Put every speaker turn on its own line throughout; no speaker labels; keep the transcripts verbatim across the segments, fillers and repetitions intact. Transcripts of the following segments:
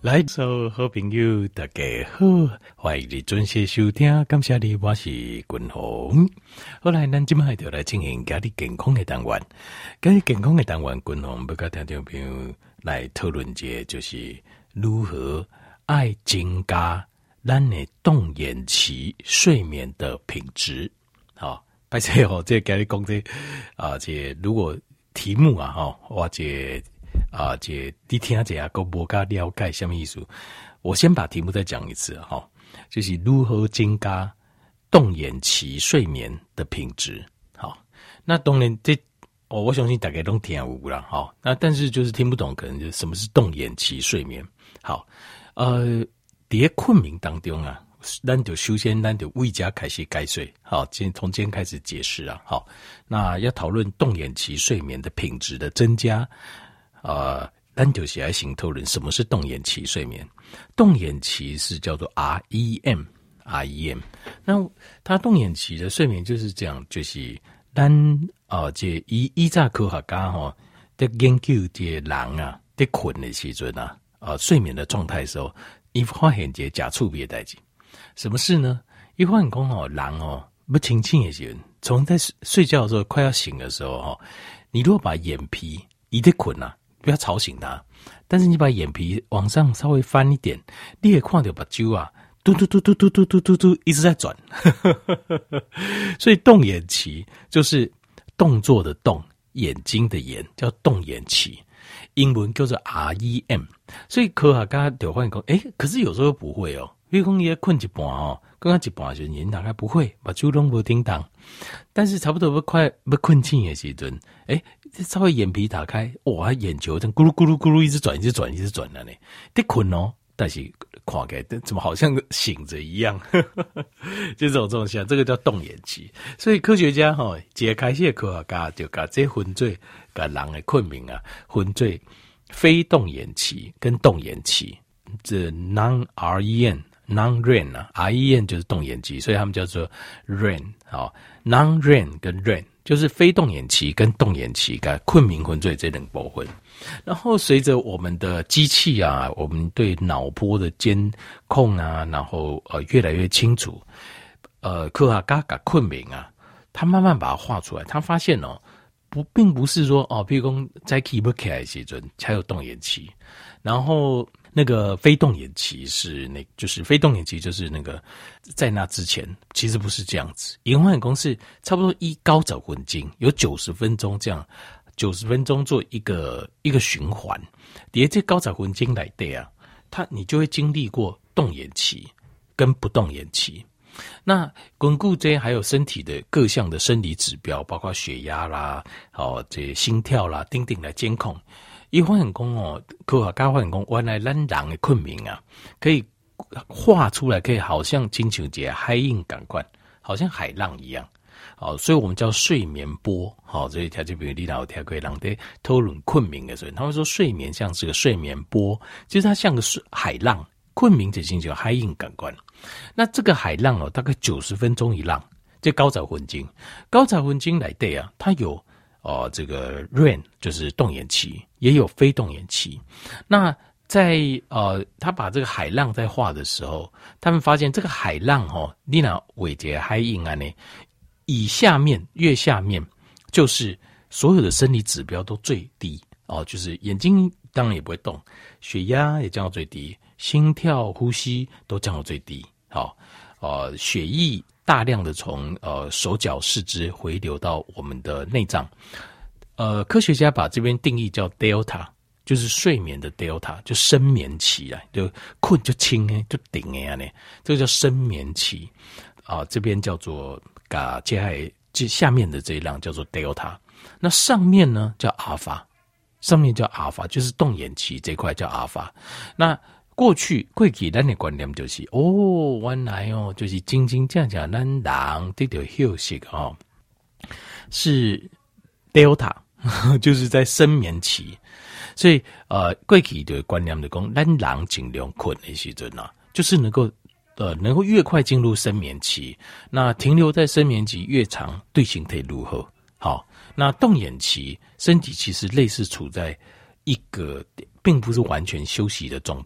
来，所有好朋友大家好，欢迎你准时收听，感谢你，我是君鸿。好来，咱今麦就来进行家己健康的单元。家己健康的单元，君鸿要跟听众朋友来讨论一下，就是如何爱增加咱的动眼期睡眠的品质。好，拜谢哦，这家己讲这啊，这如果题目啊，哈，或者。啊，这你听这啊，够无加了解什么意思？我先把题目再讲一次哈，就是如何增加动眼期睡眠的品质。好，那当然这哦，我相信大家都听有啦，哈。那但是就是听不懂，可能就是什么是动眼期睡眠。好，呃，在困眠当中啊，咱就首先咱就为家开始解睡。好，今从今天开始解释啊。好，那要讨论动眼期睡眠的品质的增加。呃，咱就是来先讨论什么是动眼期睡眠。动眼期是叫做 R E M，R E M。那它动眼期的睡眠就是这样，就是咱啊，这依依照科学家哈在研究这人啊，在困的时阵啊，啊睡眠的状态的时候，伊发现一个假触别的代志。什么事呢？伊发现讲哦，人哦不清醒的时候，从在睡觉的时候快要醒的时候哈，你如果把眼皮一直困啊。不要吵醒他，但是你把眼皮往上稍微翻一点，你也看到把揪啊，嘟嘟嘟嘟嘟嘟嘟嘟嘟一直在转，所以动眼期就是动作的动，眼睛的眼，叫动眼期，英文叫做 R E M。所以科学家就发现讲，哎，可是有时候不会哦，比如说你困一半哦，刚刚一半时你大概不会把揪拢无叮当，但是差不多要快要困醒的时阵，哎。稍微眼皮打开，哇，眼球正咕噜咕噜咕噜一直转，一直转，一直转了呢。得困哦，但是看起来怎么好像醒着一样，就这种状况，这个叫动眼期。所以科学家哈、哦，解开些科学家就把这分做，把人的困眠啊，分做非动眼期跟动眼期，这 non R E M。non R E M 啊 ，R E M 就是动眼期，所以他们叫做 R E M 好 ，non R E M 跟 R E M 就是非动眼期跟动眼期跟困眠昏醉这两部分。然后随着我们的机器啊，我们对脑波的监控啊，然后呃越来越清楚，呃，科学家把困眠啊，他慢慢把它画出来，他发现哦，不，并不是说哦，譬如说在起不起来的时阵才有动眼期，然后。那个非动眼期是那，就是非动眼期就是那个在那之前，其实不是这样子。延缓功是差不多一高早昏经有九十分钟这样，九十分钟做一个一个循环。叠这高早昏经来对啊，它你就会经历过动眼期跟不动眼期。那巩固这些还有身体的各项的生理指标，包括血压啦、哦这心跳啦、丁丁来监控。伊发现讲哦，科学家发现讲，原来咱人的困眠啊，可以画出来，可以好像亲像一个海印感官，好像海浪一样。好，所以我们叫睡眠波。好，所以条件比如你老听过人在讨论困眠的时候，他们说睡眠像是个睡眠波，就是它像个海浪，困眠就像海印感官。那这个海浪哦，大概九十分钟一浪，这高早昏经，高早昏经来对啊，它有。哦，这个 R E M 就是动眼期，也有非动眼期。那在呃，他把这个海浪在画的时候，他们发现这个海浪哦，你那尾节海印案呢，以下面越下面，就是所有的生理指标都最低哦，就是眼睛当然也不会动，血压也降到最低，心跳、呼吸都降到最低。好、哦，呃，血液。大量的从呃手脚四肢回流到我们的内脏，呃，科学家把这边定义叫 Delta， 就是睡眠的 Delta， 就深眠期啊，就困就轻诶，就顶诶啊呢，这个叫深眠期啊、呃，这边叫做噶接下来这下面的这一浪叫做 Delta， 那上面呢叫 Alpha， 上面叫 Alpha， 就是动眼期这块叫 Alpha， 那。过去过去咱的观念就是哦，原来哦，就是真真正正咱人得到休息哦，是 Delta， 就是在深眠期，所以呃，过去的观念就讲，咱人尽量困的时阵啊，就是能够呃能够越快进入深眠期，那停留在深眠期越长，对身体如何？好，那动眼期，身体其实类似处在一个并不是完全休息的状态。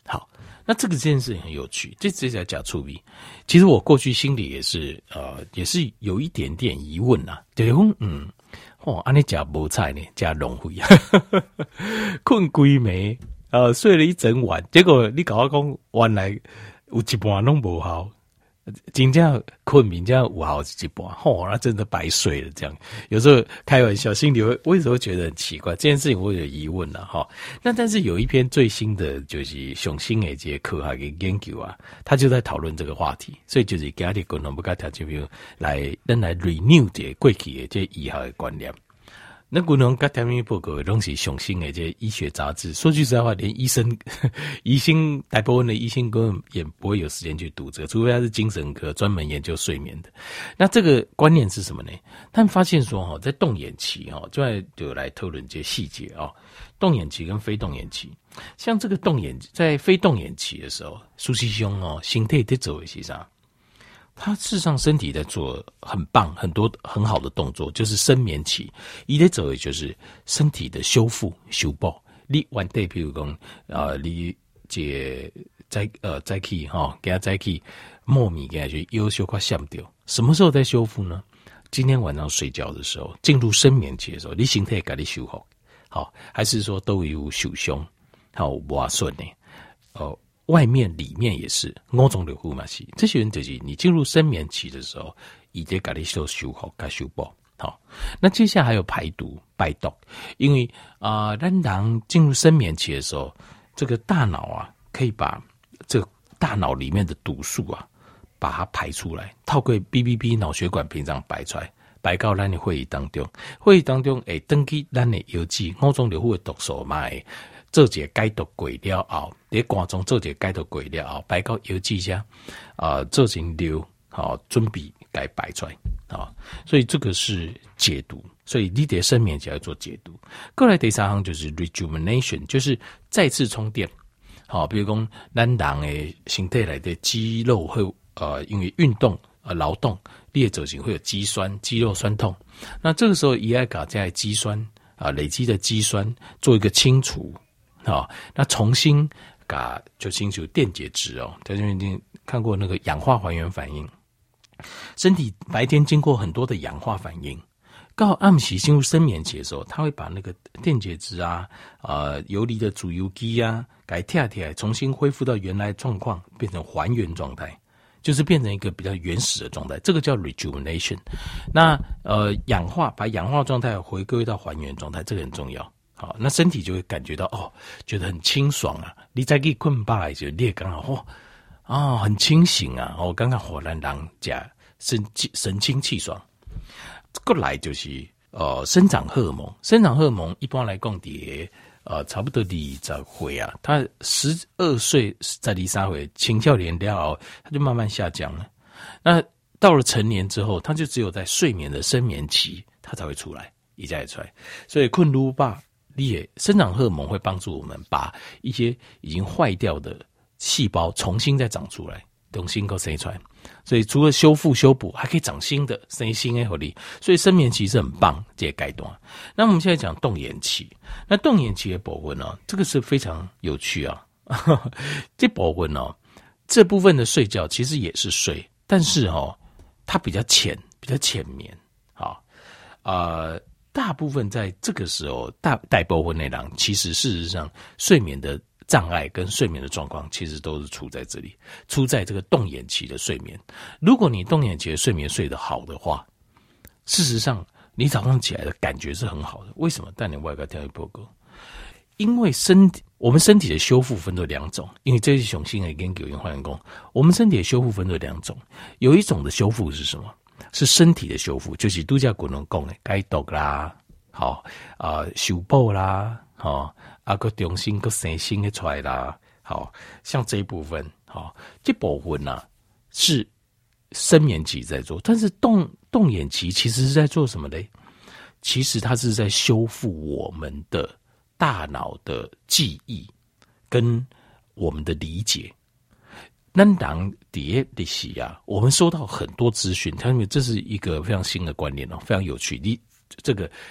好，那这个这件事情很有趣，这这才假触笔。其实我过去心里也是呃，也是有一点点疑问呐、啊，就是讲嗯，哦，安尼食无菜呢，加浪费啊，困规暝，呃，睡了一整晚，结果你搞我讲，原来有一半拢无效。真正困眠这样五毫几半，吼，那真的白睡了。这样有时候开玩笑，心里会为什么会觉得很奇怪？这件事情我有疑问了哈。那但是有一篇最新的就是上新的这些科学的研究啊，他就在讨论这个话题，所以就是今日共同不跟条件朋来，咱来 renew 这过去的这医学的观念。那古农跟台湾报告拢是上新的这医学杂志，说句实在话，连医生、医生大部分的医生根本也不会有时间去读这个，除非他是精神科专门研究睡眠的。那这个观念是什么呢？他们发现说，哈，在动眼期哈，就来就来讨论这些细节啊，动眼期跟非动眼期，像这个动眼在非动眼期的时候，苏西兄哦，心态在做的是啥？他事实上身体在做很棒很多很好的动作，就是深眠期，他在做的就是身体的修复修补。你完对，譬如讲呃，你这再呃再去哈，给他再去莫名给他去优秀快想掉，什么时候在修复呢？今天晚上睡觉的时候，进入深眠期的时候，你身体给你修复好，还是说都有受伤好磨损呢？哦。外面里面也是五种流护嘛是，这些人就是你进入深眠期的时候，已经给你修修好、该修补好。那接下来还有排毒、排毒，因为啊，当人进入深眠期的时候，这个大脑啊，可以把这个大脑里面的毒素啊，把它排出来，透过 B B B 脑血管屏障排出来，排到咱的会议当中，会议当中会登记咱的药剂，五种流护的毒素嘛会。做一个解毒过了后，在肝中做一个解毒过了后，排到药剂下，啊、呃，做成瘤，好、哦，准备该排出来，啊、哦，所以这个是解毒，所以你在深眠期要做解毒。过来第三项就是 rejuvenation， 就是再次充电，好、哦，比如讲咱人的身体内的肌肉会呃，因为运动呃劳动，你的造成会有肌酸、肌肉酸痛，那这个时候也要把这些肌酸啊、呃、累积的肌酸做一个清除。好、哦，那重新把就清除电解质哦，大家已经看过那个氧化还原反应，身体白天经过很多的氧化反应，到暗时进入深眠期的时候，它会把那个电解质啊、呃游离的主油基啊，改跳起来，重新恢复到原来状况，变成还原状态，就是变成一个比较原始的状态，这个叫 rejuvenation。那呃氧化，把氧化状态回归到还原状态，这个很重要。好，那身体就会感觉到哦，觉得很清爽啊！你再去困饱就你也刚好哦，啊、哦，很清醒啊！哦，刚刚火烂狼加神神清气爽。过来就是呃生长荷尔蒙，生长荷尔蒙一般来讲伫呃差不多二十岁啊，他十二岁在二三岁青少年了后，他就慢慢下降了。那到了成年之后，他就只有在睡眠的深眠期，他才会出来，一再出来。所以困撸吧。你也生长荷尔蒙会帮助我们把一些已经坏掉的细胞重新再长出来，重新够生出来。所以除了修复修补，还可以长新的，生新的活力。所以深眠期是很棒这些阶段。那我们现在讲动眼期，那动眼期的部分呢，这个是非常有趣啊。这部分呢，这部分的睡觉其实也是睡，但是哦，它比较浅，比较浅眠。好，呃。大部分在这个时候，大大部分内容其实事实上睡眠的障碍跟睡眠的状况，其实都是出在这里，出在这个动眼期的睡眠。如果你动眼期的睡眠睡得好的话，事实上你早上起来的感觉是很好的。为什么？但你外个跳一波歌，因为身体我们身体的修复分作两种，因为这是雄性的研究用换工，我们身体的修复分作两种，有一种的修复是什么？是身体的修复，就是度假古农讲的解毒啦，好啊、呃，修补啦，好啊，个重新个生新的出来啦，好像这一部分，好这部分呢、啊、是深眠期在做，但是动动眼期其实是在做什么呢？其实它是在修复我们的大脑的记忆跟我们的理解。那当底的时啊，我们收到很多资讯，他们这是一个非常新的观念哦，非常有趣。你这个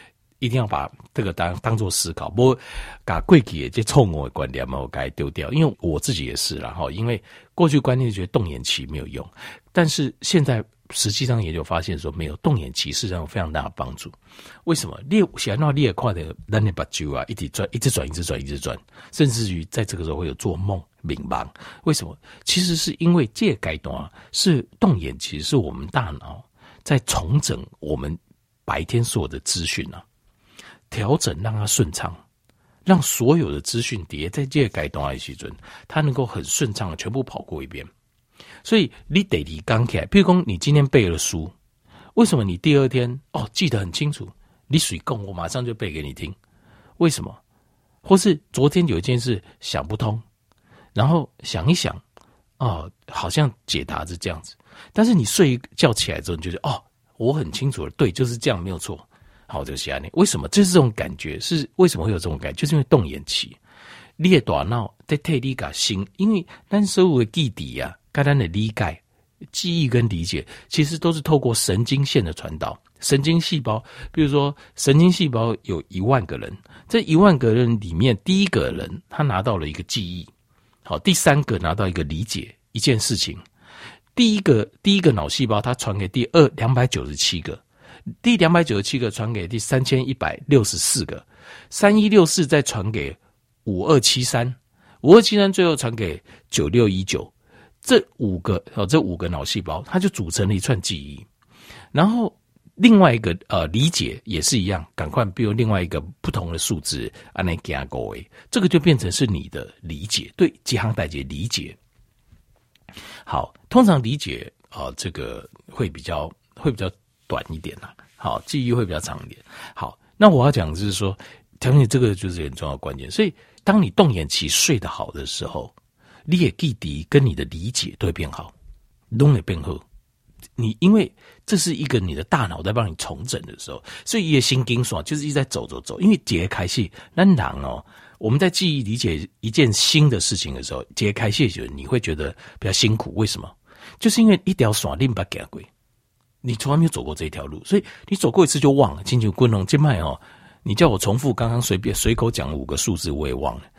一定要把这个当当做思考，不把过去的这错误的观念嘛，我该丢掉。因为我自己也是啦，哈，因为过去观念觉得动眼期没有用，但是现在实际上也就发现说，没有动眼期事实上有非常大的帮助。为什么？你想要你也看的，咱的把酒啊一直转，一直转，一直转，一直转，甚至于在这个时候会有做梦、迷茫。为什么？其实是因为这个阶段啊，是动眼期，是我们大脑在重整我们白天所有的资讯啊。调整让它顺畅，让所有的资讯碟在这个阶段的时候，它能够很顺畅的全部跑过一遍。所以你得你刚起来，譬如说你今天背了书，为什么你第二天哦记得很清楚？你水供我马上就背给你听，为什么？或是昨天有一件事想不通，然后想一想，哦，好像解答是这样子，但是你睡一觉起来之后，你就觉得哦，我很清楚了，对，就是这样，没有错。好，这个是安尼，为什么？就是这种感觉，是为什么会有这种感觉？就是因为动眼期，你的大脑在替你个心，因为咱所有的记忆啊，跟咱的理解、记忆跟理解，其实都是透过神经线的传导。神经细胞，比如说神经细胞有一万个人，这一万个人里面，第一个人他拿到了一个记忆，好，第三个拿到一个理解一件事情，第一个第一个脑细胞它传给第二两百九十七个。第两百九十七个传给第三千一百六十四个，三一六四再传给五二七三，五二七三最后传给九六一九，这五个哦，这五个脑细胞，它就组成了一串记忆。然后另外一个呃理解也是一样，赶快比如另外一个不同的数字，按那给它勾为，这个就变成是你的理解，对几行代解理解。好，通常理解啊、呃，这个会比较会比较。短一点啦，好，记忆会比较长一点。好，那我要讲的是说，调整这个就是很重要的关键。所以，当你动眼期睡得好的时候，你的记忆跟你的理解都会变好，都会变好。你因为这是一个你的大脑在帮你重整的时候，所以也心经爽，就是一直在走走走。因为解开戏，那人哦，我们在记忆理解一件新的事情的时候，解开戏的时候，你会觉得比较辛苦。为什么？就是因为一条线你不走过。你从来没有走过这一条路，所以你走过一次就忘了。亲像滚龙今麦哦，你叫我重复刚刚随便随口讲五个数字，我也忘了，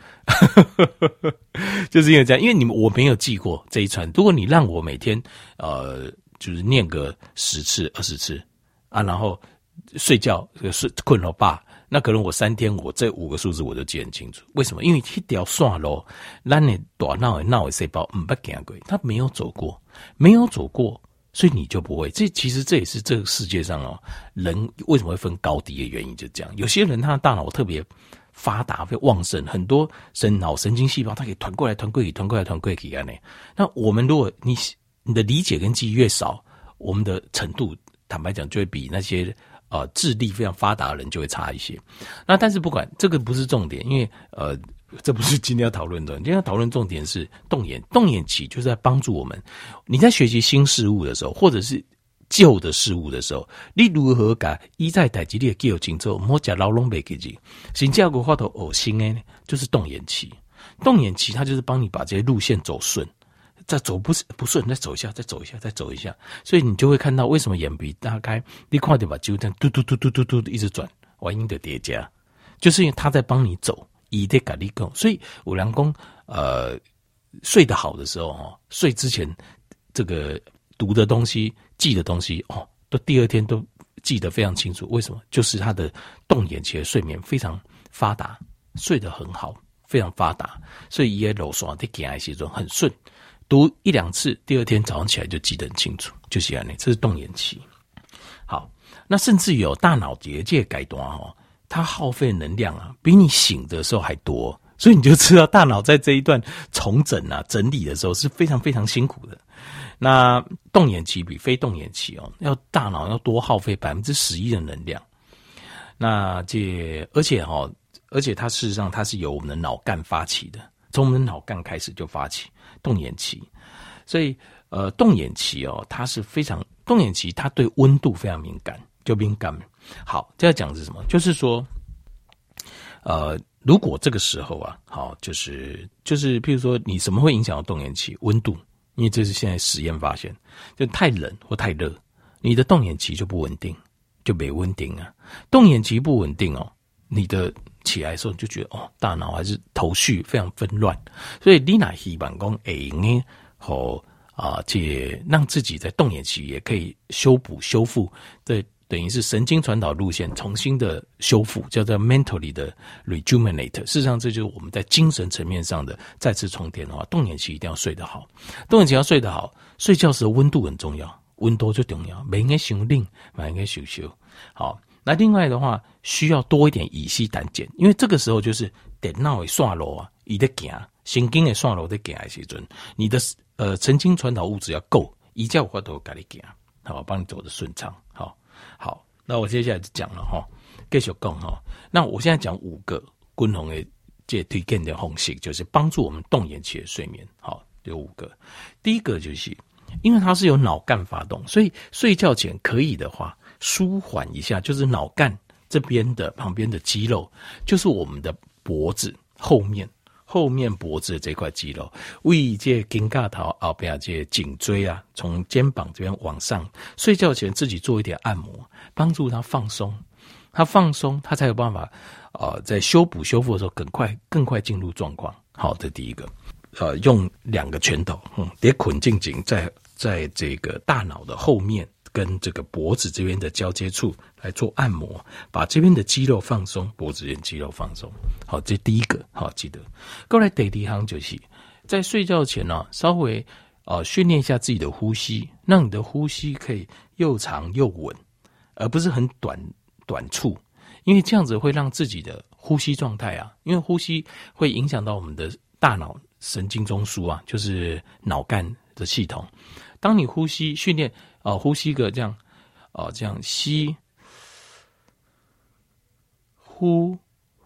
就是因为这样，因为你们我没有记过这一串。如果你让我每天呃，就是念个十次、二十次啊，然后睡觉睡困了吧，那可能我三天我这五个数字我都记很清楚。为什么？因为一条线路，咱的大脑的脑的细胞唔捌行过，他没有走过，没有走过。所以你就不会，这其实这也是这个世界上哦，人为什么会分高低的原因，就这样。有些人他的大脑特别发达、会旺盛，很多神脑神经细胞，它可以团过来、团过去、团过来、团过去啊。那我们如果你你的理解跟记忆越少，我们的程度坦白讲就会比那些呃智力非常发达的人就会差一些。那但是不管这个不是重点，因为呃。这不是今天要讨论的，今天要讨论重点是动眼，动眼期就是在帮助我们。你在学习新事物的时候，或者是旧的事物的时候，你如何把一在代志你的记忆清楚，莫假老拢袂记记。新加个话头恶心诶，就是动眼期。动眼期它就是帮你把这些路线走顺，再走不不顺，再走一下，再走一下，再走一下，所以你就会看到为什么眼皮大概你看到把就这样嘟嘟嘟嘟嘟嘟一直转，原因的叠加，就是因为它在帮你走。以得改立功，所以有人讲，呃，睡得好的时候哦，睡之前这个读的东西、记的东西哦，都第二天都记得非常清楚。为什么？就是他的动眼期的睡眠非常发达，睡得很好，非常发达，所以也楼刷的给爱时中很顺，读一两次，第二天早上起来就记得很清楚，就是这样。这是动眼期。好，那甚至有大脑结界改段哦。它耗费能量啊，比你醒的时候还多，所以你就知道大脑在这一段重整啊、整理的时候是非常非常辛苦的。那动眼期比非动眼期哦，要大脑要多耗费百分之十一的能量。那这而且哦，而且它事实上它是由我们的脑干发起的，从我们的脑干开始就发起动眼期。所以呃，动眼期哦，它是非常动眼期，它对温度非常敏感。就敏感。好，这要讲的是什么？就是说，呃，如果这个时候啊，好，就是就是，譬如说，你什么会影响到动眼期？温度，因为这是现在实验发现，就太冷或太热，你的动眼期就不稳定， 就没稳定啊。动眼期不稳定哦，你的起来的时候你就觉得哦，大脑还是头绪非常纷乱。所以你若希望讲会用诶和啊，这让自己在动眼期也可以修补修复，对，等于是神经传导路线重新的修复，叫做 mentally 的 rejuvenate。事实上，这就是我们在精神层面上的再次充电的话，动眼期一定要睡得好。动眼期要睡得好，睡觉时的温度很重要，温度最重要，不应该伤冷，不应该羞羞。好，那另外的话，需要多一点乙烯胆碱，因为这个时候就是电脑的线路啊，伊在行，神经的线路在行的时阵，你的呃神经传导物质要够，伊才有法度给你行，好，帮你走得顺畅。好，好，那我接下来就讲了哈，继续讲哈。那我现在讲五个均衡的这推荐的方式，就是帮助我们动眼期的睡眠。好，有五个。第一个就是因为它是由脑干发动，所以睡觉前可以的话舒缓一下，就是脑干这边的旁边的肌肉，就是我们的脖子后面后面脖子的这块肌肉，为这肩胛头后边这颈椎啊，从肩膀这边往上，睡觉前自己做一点按摩，帮助它放松，它放松，它才有办法呃在修补修复的时候更快更快进入状况。好，这第一个。呃，用两个拳头，嗯，叠捆静紧，在在这个大脑的后面跟这个脖子这边的交接处来做按摩，把这边的肌肉放松，脖子这边肌肉放松。好，这第一个，好记得。过来第二行就是在睡觉前呢、啊，稍微呃训练一下自己的呼吸，让你的呼吸可以又长又稳，而不是很短短促，因为这样子会让自己的呼吸状态啊，因为呼吸会影响到我们的大脑神经中枢啊，就是脑干的系统。当你呼吸训练，呃，呼吸个这样，呃，这样吸、呼、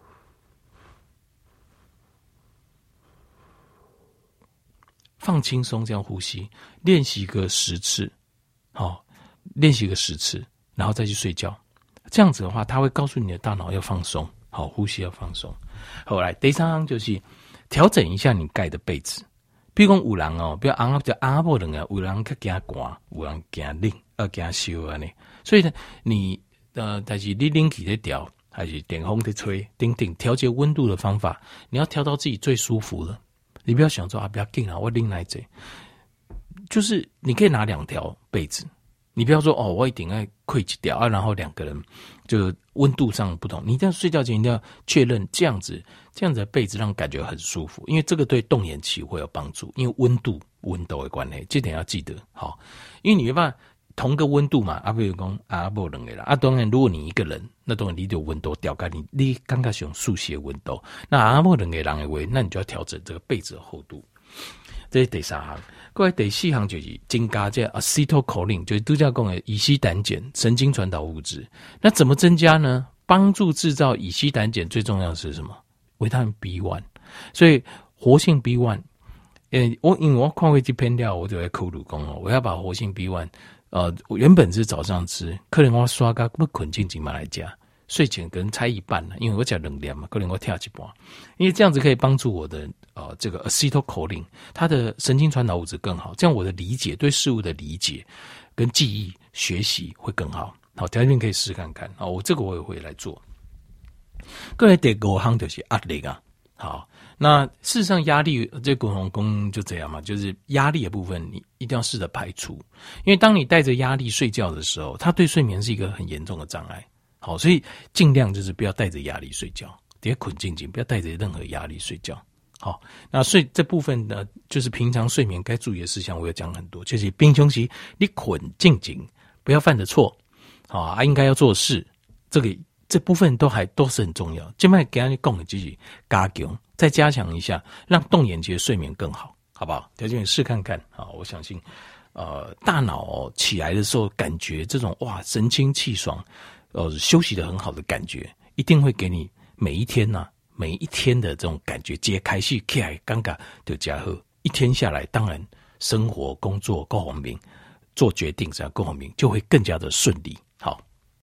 放轻松，这样呼吸，练习个十次，好、哦，练习个十次，然后再去睡觉。这样子的话，它会告诉你的大脑要放松，好，呼吸要放松。后来第三行就是调整一下你盖的被子，比如讲有人哦，比如红就红某人啊，有人较惊寒，有人惊冷，呃惊烧安尼。所以呢，你呃，但是你冷气在调，还是电风在吹，等等调节温度的方法，你要调到自己最舒服的。你不要想说啊，不要紧啊，我冷来这，就是你可以拿两条被子。你不要说哦，我一定要跪一条啊，然后两个人就温度上不同。你一定要睡觉前一定要确认这样子，这样子的被子让感觉很舒服，因为这个对动眼期会有帮助。因为温度温度的关系，这点要记得好。因为你没办法同个温度嘛，啊，比如讲啊，不冷的啦，啊，当然如果你一个人，那当然你就温度调高，你你刚刚使用速写温度，那啊不冷的人的话，那你就要调整这个被子的厚度。这是第三行。各位第四行就是增加这 acetylcholine， 就是度假讲的乙烯胆碱神经传导物质。那怎么增加呢？帮助制造乙烯胆碱最重要的是什么？维他命 B 一。所以活性 B 一， 呃，我因为我看过这篇料，我就会考虑讲哦，我要把活性 B 一， 呃，我原本是早上吃，可能我刷到不困静静嘛来加。睡前可能拆一半了，因为我讲冷量嘛，可能我跳一半，因为这样子可以帮助我的呃这个 acetylcholine 它的神经传导物质更好，这样我的理解对事物的理解跟记忆学习会更好。好，条件可以试看看。好，我这个我也会来做。各位第五行就是压力啊。好，那事实上压力这滚龙功就这样嘛，就是压力的部分你一定要试着排除，因为当你带着压力睡觉的时候，它对睡眠是一个很严重的障碍。好，所以尽量就是不要带着压力睡觉，别捆静静，不要带着任何压力睡觉。好，那睡这部分呢，就是平常睡眠该注意的事项，我有讲很多，就是平常时你捆静静，不要犯的错，好啊，应该要做的事，这个这部分都还都是很重要。现在给你讲的就是加强，再加强一下，让动眼期的睡眠更好，好不好？条件试看看啊，我相信，呃，大脑、哦、起来的时候，感觉这种哇神清气爽。呃，休息的很好的感觉，一定会给你每一天呐、啊，每一天的这种感觉，揭开始起来尴尬就加贺，一天下来，当然生活、工作各方面做决定，这样各方面就会更加的顺利。